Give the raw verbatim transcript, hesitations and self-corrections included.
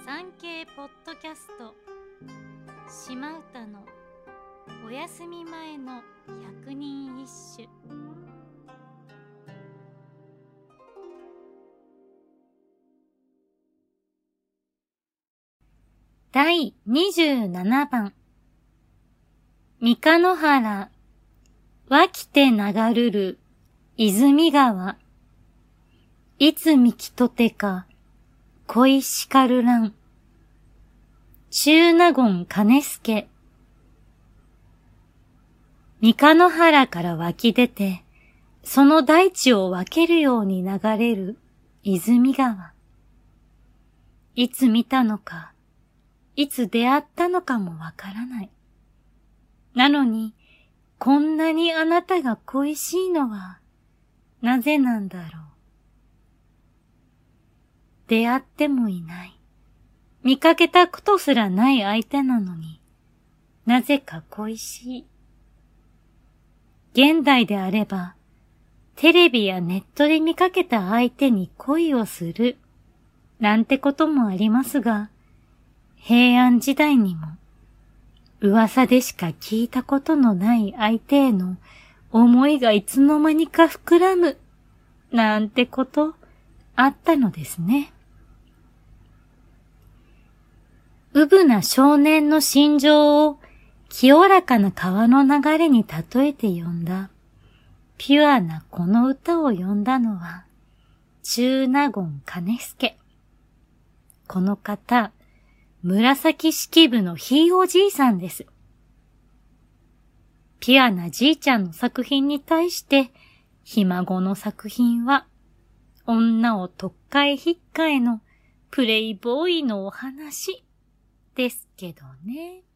産経ポッドキャスト島唄のお休み前の百人一首。だいにじゅうななばん。三日野原湧きて流るる泉川、いつみきとてか恋しかるらん。中納言兼助。三日野原から湧き出て、その大地を分けるように流れる泉川。いつ見たのか、いつ出会ったのかもわからない。なのに、こんなにあなたが恋しいのは、なぜなんだろう。出会ってもいない。見かけたことすらない相手なのに、なぜか恋しい。現代であれば、テレビやネットで見かけた相手に恋をする、なんてこともありますが、平安時代にも、噂でしか聞いたことのない相手への思いがいつの間にか膨らむ、なんてことあったのですね。うぶな少年の心情を清らかな川の流れに例えて詠んだ、ピュアなこの歌を詠んだのは、中納言兼助。この方、紫式部のひいおじいさんです。ピュアなじいちゃんの作品に対して、ひ孫の作品は、女を特会引っかえのプレイボーイのお話ですけどね。